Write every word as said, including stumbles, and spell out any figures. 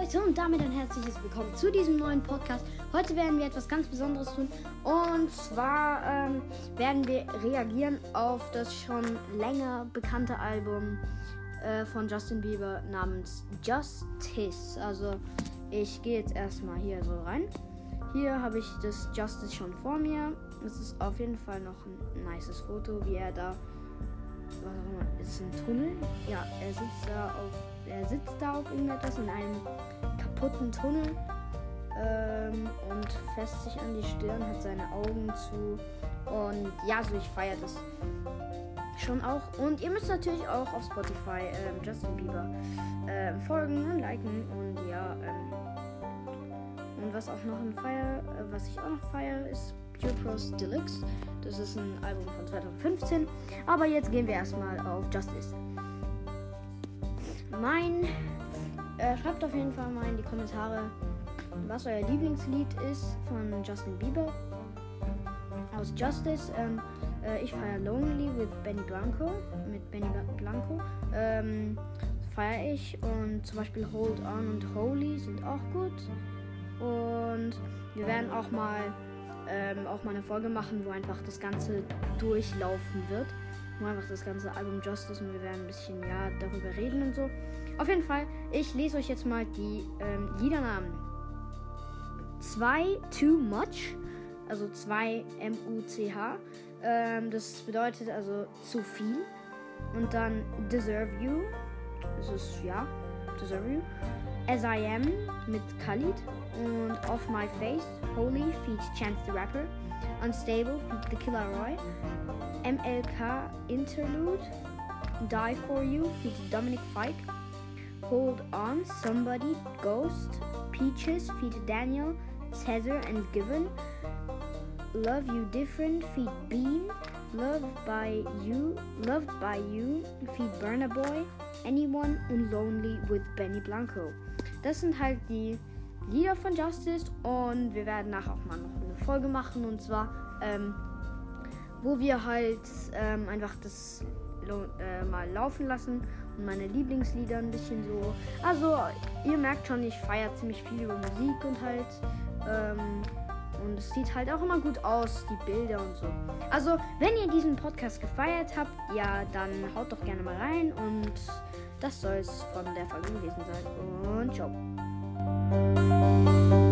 Leute und damit ein herzliches Willkommen zu diesem neuen Podcast. Heute werden wir etwas ganz Besonderes tun und zwar ähm, werden wir reagieren auf das schon länger bekannte Album äh, von Justin Bieber namens Justice. Also ich gehe jetzt erstmal hier so rein. Hier habe ich das Justice schon vor mir. Es ist auf jeden Fall noch ein nices Foto, wie er da, was auch immer, ist ein Tunnel. Ja, er sitzt da auf Er sitzt da auf irgendetwas in einem kaputten Tunnel ähm, und fässt sich an die Stirn, hat seine Augen zu. Und ja, so ich feiere das schon auch. Und ihr müsst natürlich auch auf Spotify ähm, Justin Bieber ähm, folgen und liken. Und ja, ähm, und was auch noch ein Feier, äh, was ich auch noch feiere, ist Pure Prose Deluxe. Das ist ein Album von zwanzig fünfzehn. Aber jetzt gehen wir erstmal auf Justice. Mein, äh, schreibt auf jeden Fall mal in die Kommentare, was euer Lieblingslied ist von Justin Bieber aus Justice. Ähm, äh, ich feiere Lonely with Benny Blanco, mit Benny Blanco, ähm, feiere ich, und zum Beispiel Hold On und Holy sind auch gut. Und wir werden auch mal, ähm, auch mal eine Folge machen, wo einfach das Ganze durchlaufen wird. Nur einfach das ganze Album Justice, und wir werden ein bisschen ja darüber reden und so. Auf jeden Fall, ich lese euch jetzt mal die ähm, Liedernamen. zwei Too Much, also zwei M U C H. Ähm, das bedeutet also zu viel. Und dann Deserve You, das ist ja, Deserve You. As I Am mit Khalid und Off My Face, Holy feat. Chance the Rapper, Unstable feat. The Killer Roy, M L K Interlude, Die For You feat. Dominic Fike, Hold On, Somebody, Ghost, Peaches feat. Daniel, Cesar and Given, Love You Different feat. Bean, Love By You, Loved By You feat. Burna Boy, Anyone und Lonely with Benny Blanco. Das sind halt die Lieder von Justice, und wir werden nachher auch mal noch eine Folge machen, und zwar ähm, wo wir halt ähm, einfach das äh, mal laufen lassen und meine Lieblingslieder ein bisschen so. Also ihr merkt schon, ich feiere ziemlich viel über Musik und halt ähm, und es sieht halt auch immer gut aus, die Bilder und so. Also wenn ihr diesen Podcast gefeiert habt, ja, dann haut doch gerne mal rein, und das soll es von der Folge gewesen sein, und ciao.